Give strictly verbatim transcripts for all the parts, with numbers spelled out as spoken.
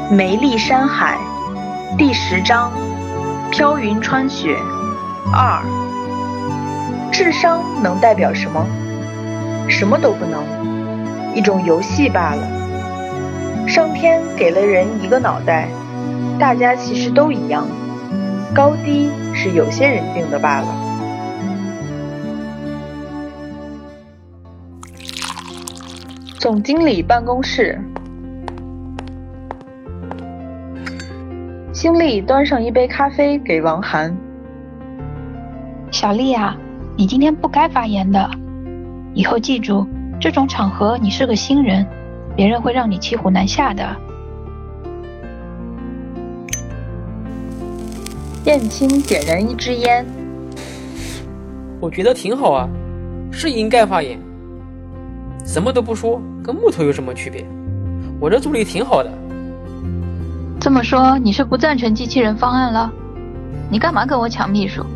梅丽山海第十章飘云穿雪二。智商能代表什么？什么都不能，一种游戏罢了。上天给了人一个脑袋，大家其实都一样，高低是有些人定的罢了。总经理办公室，星丽端上一杯咖啡给王涵。 小丽啊，你今天不该发言的，以后记住，这种场合你是个新人，别人会让你骑虎难下的。 燕青点燃一支烟。 我觉得挺好啊，是应该发言。什么都不说，跟木头有什么区别？我这助理挺好的。 这么说，你是不赞成机器人方案了？你干嘛跟我抢秘书？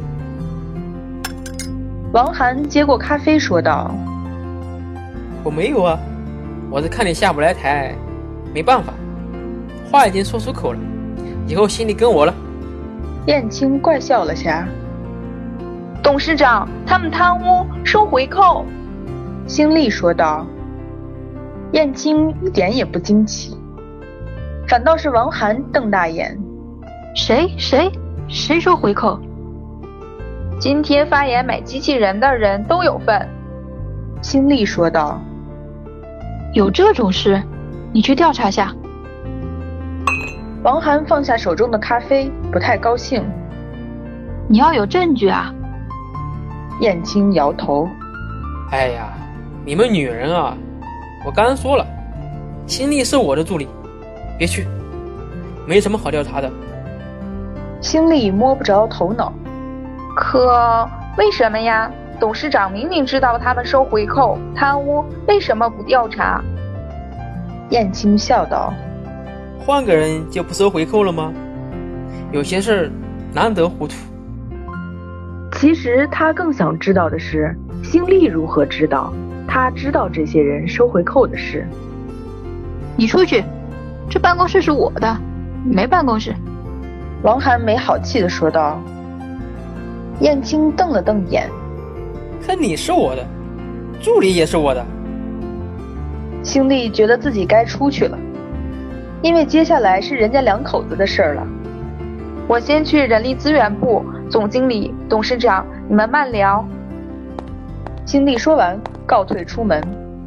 王涵接过咖啡说道： 我没有啊，我是看你下不来台，没办法，话已经说出口了，以后心里跟我了。 燕青怪笑了下。 董事长，他们贪污收回扣。 星丽说道。燕青一点也不惊奇，反倒是王涵瞪大眼。 谁谁谁说回扣？ 今天发言买机器人的人都有份。 星丽说道。 有这种事？你去调查下。 王涵放下手中的咖啡，不太高兴。 你要有证据啊。 燕青摇头。 哎呀，你们女人啊，我刚说了，星丽是我的助理，别去，没什么好调查的。 星丽摸不着头脑。 可为什么呀？董事长明明知道他们收回扣、贪污，为什么不调查？ 燕青笑道。 换个人就不收回扣了吗？有些事难得糊涂。 其实他更想知道的是，星丽如何知道他知道这些人收回扣的事。 你出去，这办公室是我的，你没办公室。 王涵没好气地说道。燕青瞪了瞪眼。 可你是我的，助理也是我的。 星丽觉得自己该出去了，因为接下来是人家两口子的事儿了。 我先去人力资源部，总经理、董事长，你们慢聊。 星丽说完，告退出门。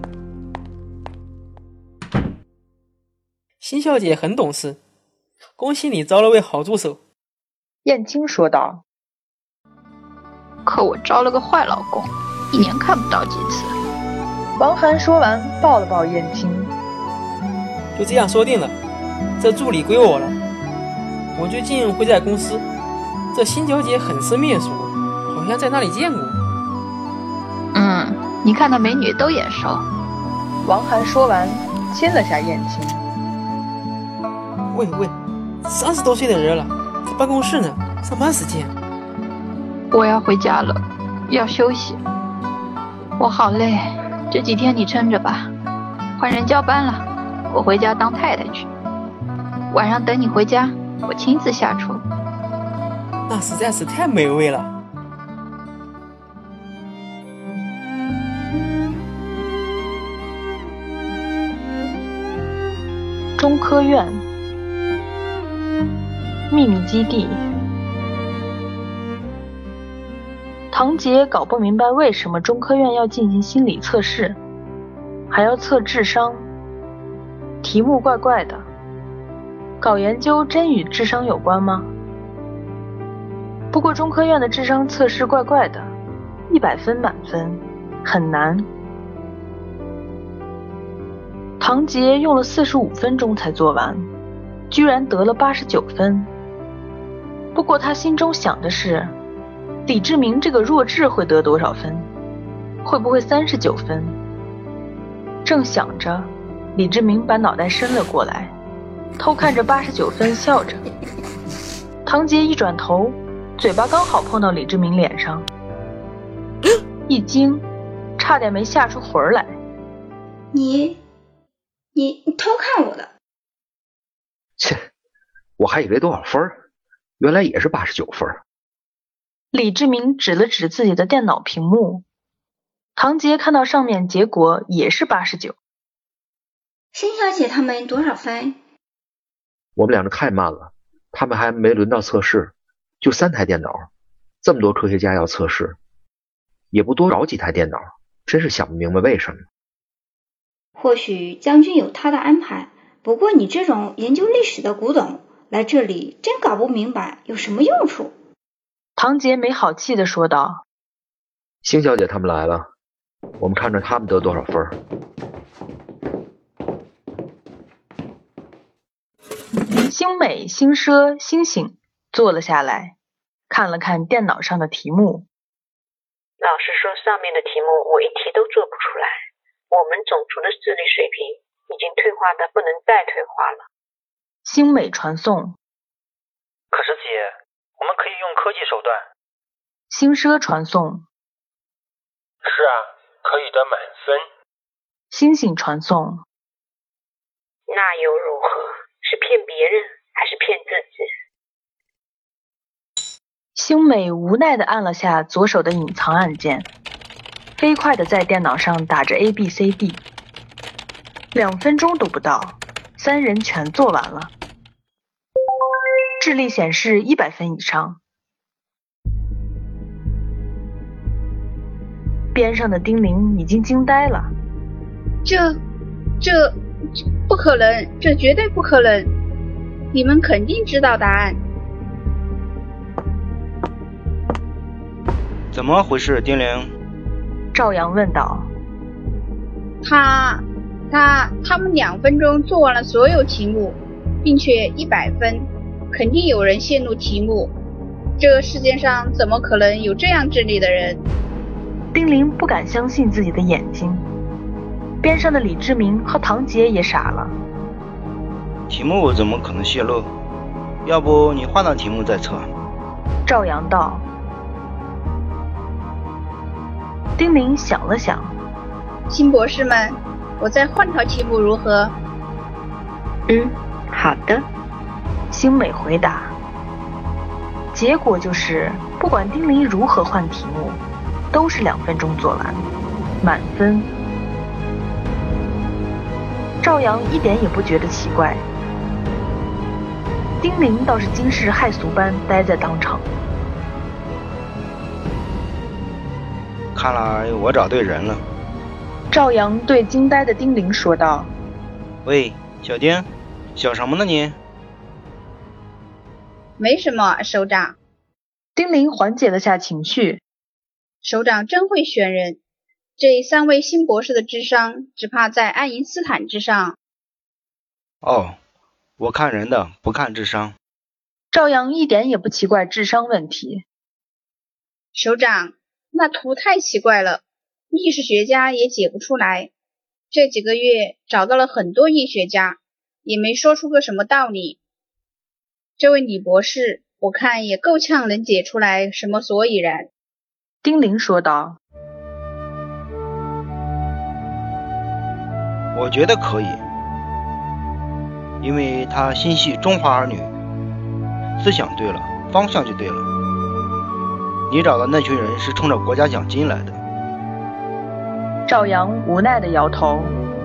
辛小姐很懂事，恭喜你招了位好助手。 燕青说道。 可我招了个坏老公，一年看不到几次。 王涵说完，抱了抱燕青。 就这样说定了，这助理归我了。我最近会在公司，这辛小姐很是面熟，好像在哪里见过。 嗯，你看那美女都眼熟。 王涵说完，亲了下燕青。 喂喂，三十多岁的人了，在办公室呢，上班时间。 我要回家了，要休息。我好累，这几天你撑着吧。换人交班了，我回家当太太去。晚上等你回家，我亲自下厨。 那实在是太美味了。 中科院秘密基地。唐杰搞不明白为什么中科院要进行心理测试，还要测智商，题目怪怪的。搞研究真与智商有关吗？不过中科院的智商测试怪怪的，一百分满分，很难。唐杰用了四十五分钟才做完，居然得了八十九分。不过他心中想的是，李志明这个弱智会得多少分？会不会三十九分？正想着，李志明把脑袋伸了过来，偷看着八十九分，笑着。唐杰一转头，嘴巴刚好碰到李志明脸上，一惊，差点没吓出魂来。 你你你偷看我的？ 切， 我还以为多少分，原来也是八十九分。 李志明指了指自己的电脑屏幕，唐杰看到上面结果也是八十九。 辛小姐他们多少分？ 我们两个太慢了，他们还没轮到测试，就三台电脑，这么多科学家要测试，也不多找几台电脑，真是想不明白为什么。 或许将军有他的安排，不过你这种研究历史的古董来这里真搞不明白有什么用处。 唐杰没好气地说道。 星小姐他们来了，我们看看他们得多少分。 星美、星奢、星星坐了下来，看了看电脑上的题目。 老实说，上面的题目我一题都做不出来。我们总厨的智力水平已经退化的不能再退化了。 星美传送。 可是姐，我们可以用科技手段。 星奢传送。 是啊，可以得满分。 星星传送。 那又如何？是骗别人还是骗自己？ 星美无奈地按了下左手的隐藏按键，飞快地在电脑上打着 A B C D。 两分钟都不到，三人全做完了。智力显示一百分以上。边上的丁玲已经惊呆了。 这这不可能，这绝对不可能，你们肯定知道答案。 怎么回事，丁玲？ 赵阳问道。 他他他们两分钟做完了所有题目，并且一百分，肯定有人泄露题目，这世界上怎么可能有这样智力的人？ 丁玲不敢相信自己的眼睛，边上的李志明和唐杰也傻了。 题目怎么可能泄露？要不你换道题目再测。 赵阳道。丁玲想了想， 新博士们，我再换套题目如何？ 嗯，好的。 星美回答。结果就是不管丁玲如何换题目，都是两分钟做完，满分。赵阳一点也不觉得奇怪，丁玲倒是惊世骇俗般呆在当场。 看来我找对人了。 赵阳对惊呆的丁玲说道。 喂，小丁，想什么呢你？ 没什么，首长。 丁玲缓解了下情绪。 首长真会选人，这三位新博士的智商只怕在爱因斯坦之上。 哦，我看人的，不看智商。 赵阳一点也不奇怪智商问题。 首长，那图太奇怪了，历史学家也解不出来。这几个月找到了很多医学家，也没说出个什么道理。这位李博士，我看也够呛能解出来什么所以然。 丁玲说道。 我觉得可以，因为他心系中华儿女，思想对了，方向就对了。你找的那群人是冲着国家奖金来的。 赵阳无奈地摇头。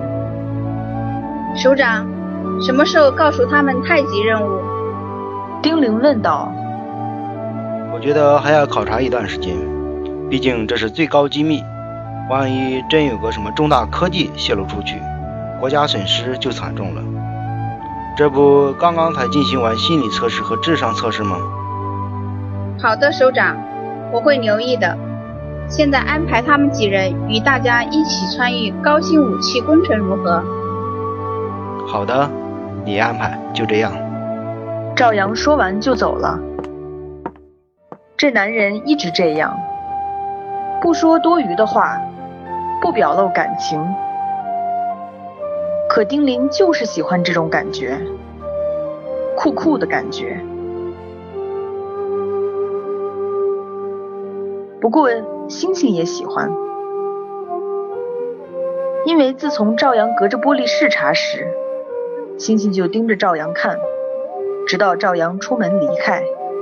首长，什么时候告诉他们太极任务？ 丁玲问道。 我觉得还要考察一段时间，毕竟这是最高机密，万一真有个什么重大科技泄露出去，国家损失就惨重了。这不刚刚才进行完心理测试和智商测试吗？ 好的，首长，我会留意的。现在安排他们几人与大家一起参与高新武器工程如何？ 好的，你安排，就这样。 赵阳说完就走了。这男人一直这样，不说多余的话，不表露感情。可丁玲就是喜欢这种感觉，酷酷的感觉。不过星星也喜欢，因为自从赵阳隔着玻璃视察时，星星就盯着赵阳看， 直到赵阳出门离开。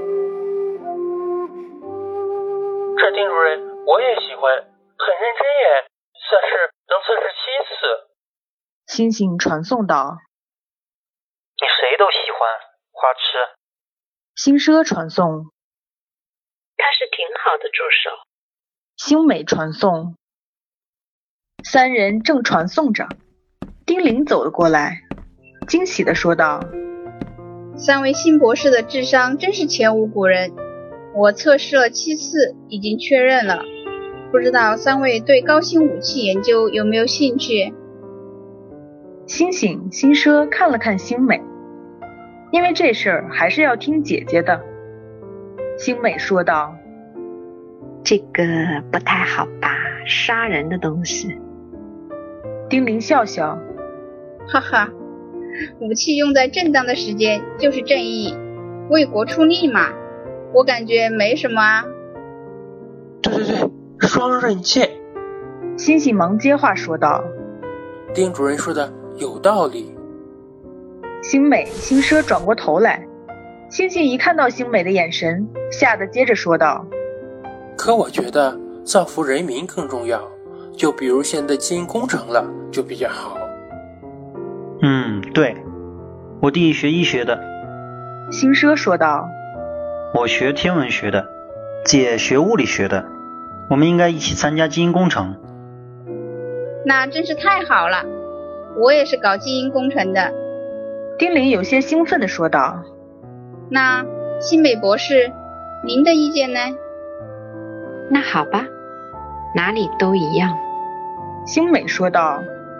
这丁主任我也喜欢，很认真耶，算是能测试七次。 星星传送道。 你谁都喜欢，花痴。 星奢传送。 他是挺好的助手。 星美传送。三人正传送着，丁玲走了过来，惊喜地说道： 三位新博士的智商真是前无古人，我测试了七次，已经确认了。不知道三位对高新武器研究有没有兴趣？ 星星、星奢看了看星美，因为这事儿还是要听姐姐的。星美说道： 这个不太好吧，杀人的东西。 丁玲笑笑： 哈哈，武器用在正当的时间就是正义，为国出力嘛，我感觉没什么啊。 对对对，双刃剑。 星星忙接话说道： 丁主任说的有道理。 星美、星奢转过头来，星星一看到星美的眼神，吓得接着说道： 可我觉得造福人民更重要，就比如现在基因工程了就比较好。 嗯，对，我弟学医学的。 星奢说道： 我学天文学的，姐学物理学的，我们应该一起参加基因工程。 那真是太好了，我也是搞基因工程的。 丁玲有些兴奋地说道： 那新美博士，您的意见呢？ 那好吧，哪里都一样。 星美说道。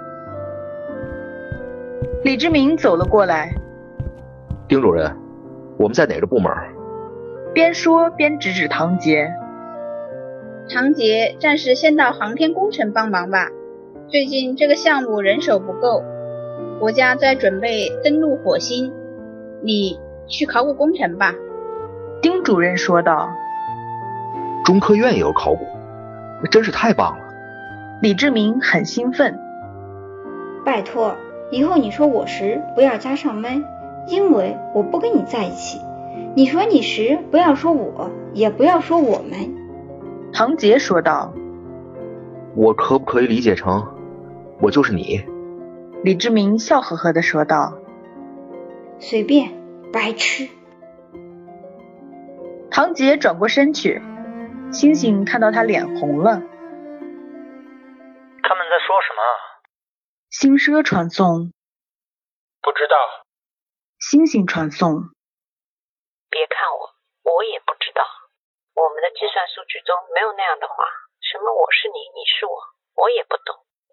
李志明走了过来： 丁主任，我们在哪个部门？ 边说边指指唐杰。 唐杰暂时先到航天工程帮忙吧，最近这个项目人手不够，国家在准备登陆火星，你去考古工程吧。 丁主任说道。 中科院也有考古，那真是太棒了。 李志明很兴奋。 拜托，以后你说我时不要加上们，因为我不跟你在一起。你说你时不要说我，也不要说我们。 唐杰说道。 我可不可以理解成我就是你？ 李志明笑呵呵地说道。 随便，白痴。 唐杰转过身去，星星看到他脸红了。 他们在说什么？ 星奢传送。 不知道。 星星传送。 别看我，我也不知道。我们的计算数据中没有那样的话，什么我是你，你是我，我也不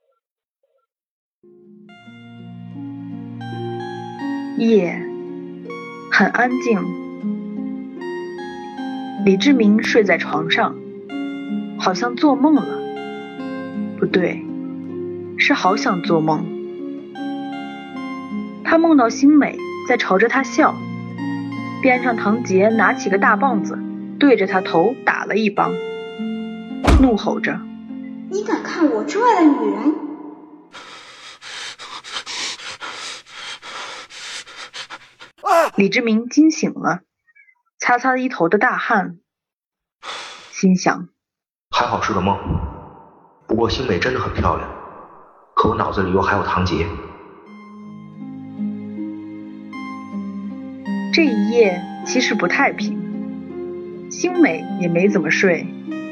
懂。 夜很安静。李志明睡在床上，好像做梦了。不对，是好想做梦。他梦到星美在朝着他笑，边上唐杰拿起个大棒子对着他头打了一棒，怒吼着： 你敢看我之外的女人？ 李志明惊醒了，擦擦一头的大汗，心想： 还好是个梦。不过星美真的很漂亮，可我脑子里又还有唐杰。 这一夜其实不太平，星美也没怎么睡。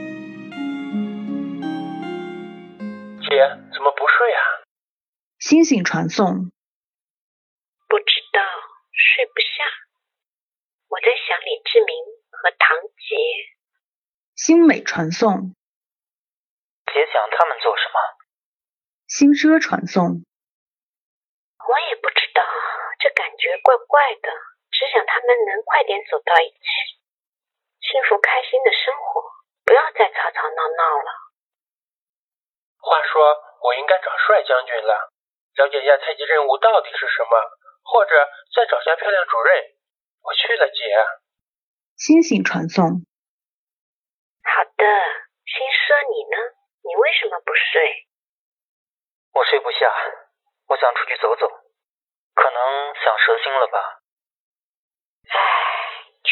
姐，怎么不睡啊？ 星星传送。 不知道，睡不下。我在想李志明和唐杰。 星美传送。 姐想他们做什么？ 星奢传送。 我也不知道，这感觉怪怪的，只想他们能快点走到一起，幸福开心的生活，不要再吵吵闹闹了。 话说，我应该找帅将军了，了解一下太极任务到底是什么，或者再找下漂亮主任。我去了，姐。 星星传送。 好的，星奢你呢？你为什么不睡？ 我睡不下，我想出去走走，可能想蛇精了吧。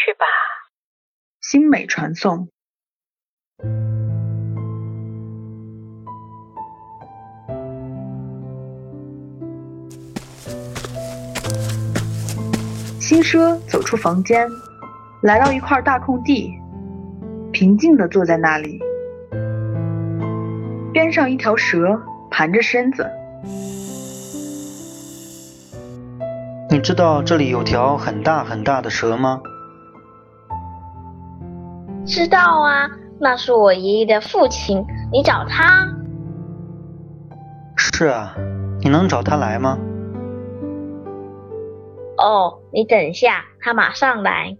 去吧。 星美传送。星奢走出房间，来到一块大空地，平静地坐在那里。边上一条蛇盘着身子。 你知道这里有条很大很大的蛇吗？ 知道啊，那是我爷爷的父亲，你找他。 是啊，你能找他来吗？ 哦，你等一下，他马上来。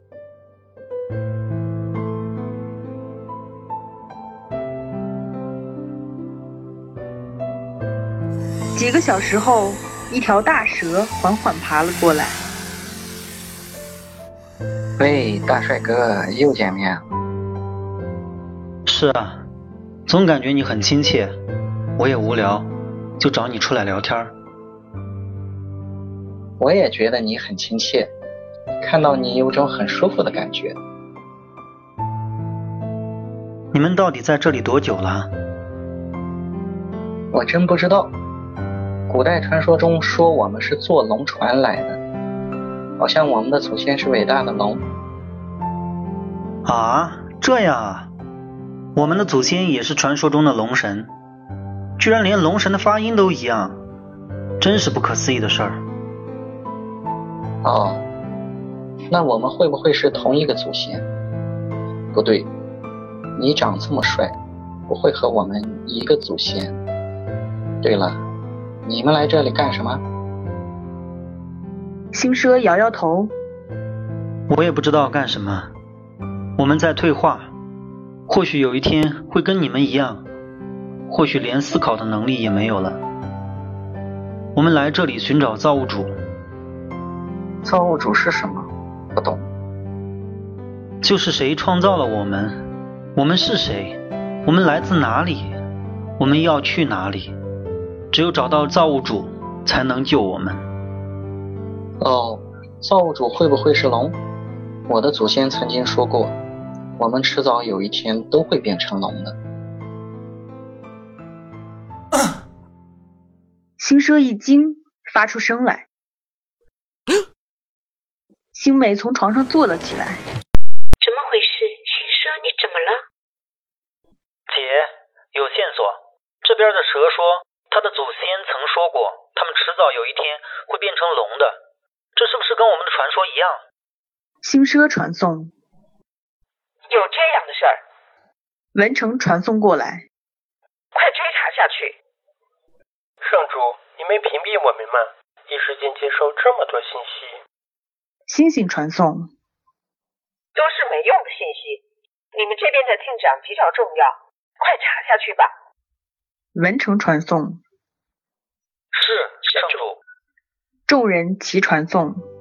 几个小时后，一条大蛇缓缓爬了过来。 喂，大帅哥，又见面了。 是啊，总感觉你很亲切，我也无聊，就找你出来聊天。 我也觉得你很亲切，看到你有种很舒服的感觉。 你们到底在这里多久了？ 我真不知道。古代传说中说我们是坐龙船来的，好像我们的祖先是伟大的龙。 啊，这样啊，我们的祖先也是传说中的龙神，居然连龙神的发音都一样，真是不可思议的事儿。 哦，那我们会不会是同一个祖先？不对，你长这么帅，不会和我们一个祖先。对了，你们来这里干什么？ 星奢摇摇头。 我也不知道干什么，我们在退化，或许有一天会跟你们一样，或许连思考的能力也没有了。我们来这里寻找造物主。 造物主是什么？不懂。 就是谁创造了我们，我们是谁，我们来自哪里，我们要去哪里。只有找到造物主才能救我们。 哦，造物主会不会是龙？我的祖先曾经说过，我们迟早有一天都会变成龙的。 星奢一惊，发出声来。星美从床上坐了起来。 怎么回事？星奢，你怎么了？ 姐，有线索。这边的蛇说，他的祖先曾说过，他们迟早有一天会变成龙的，这是不是跟我们的传说一样？ 星奢传送。 有这样的事儿？ 文成传送过来。 快追查下去。 圣主，你没屏蔽我们吗？一时间接收这么多信息。 星星传送。 都是没用的信息，你们这边的进展比较重要，快查下去吧。 文成传送。 是，圣主。 众人齐传送。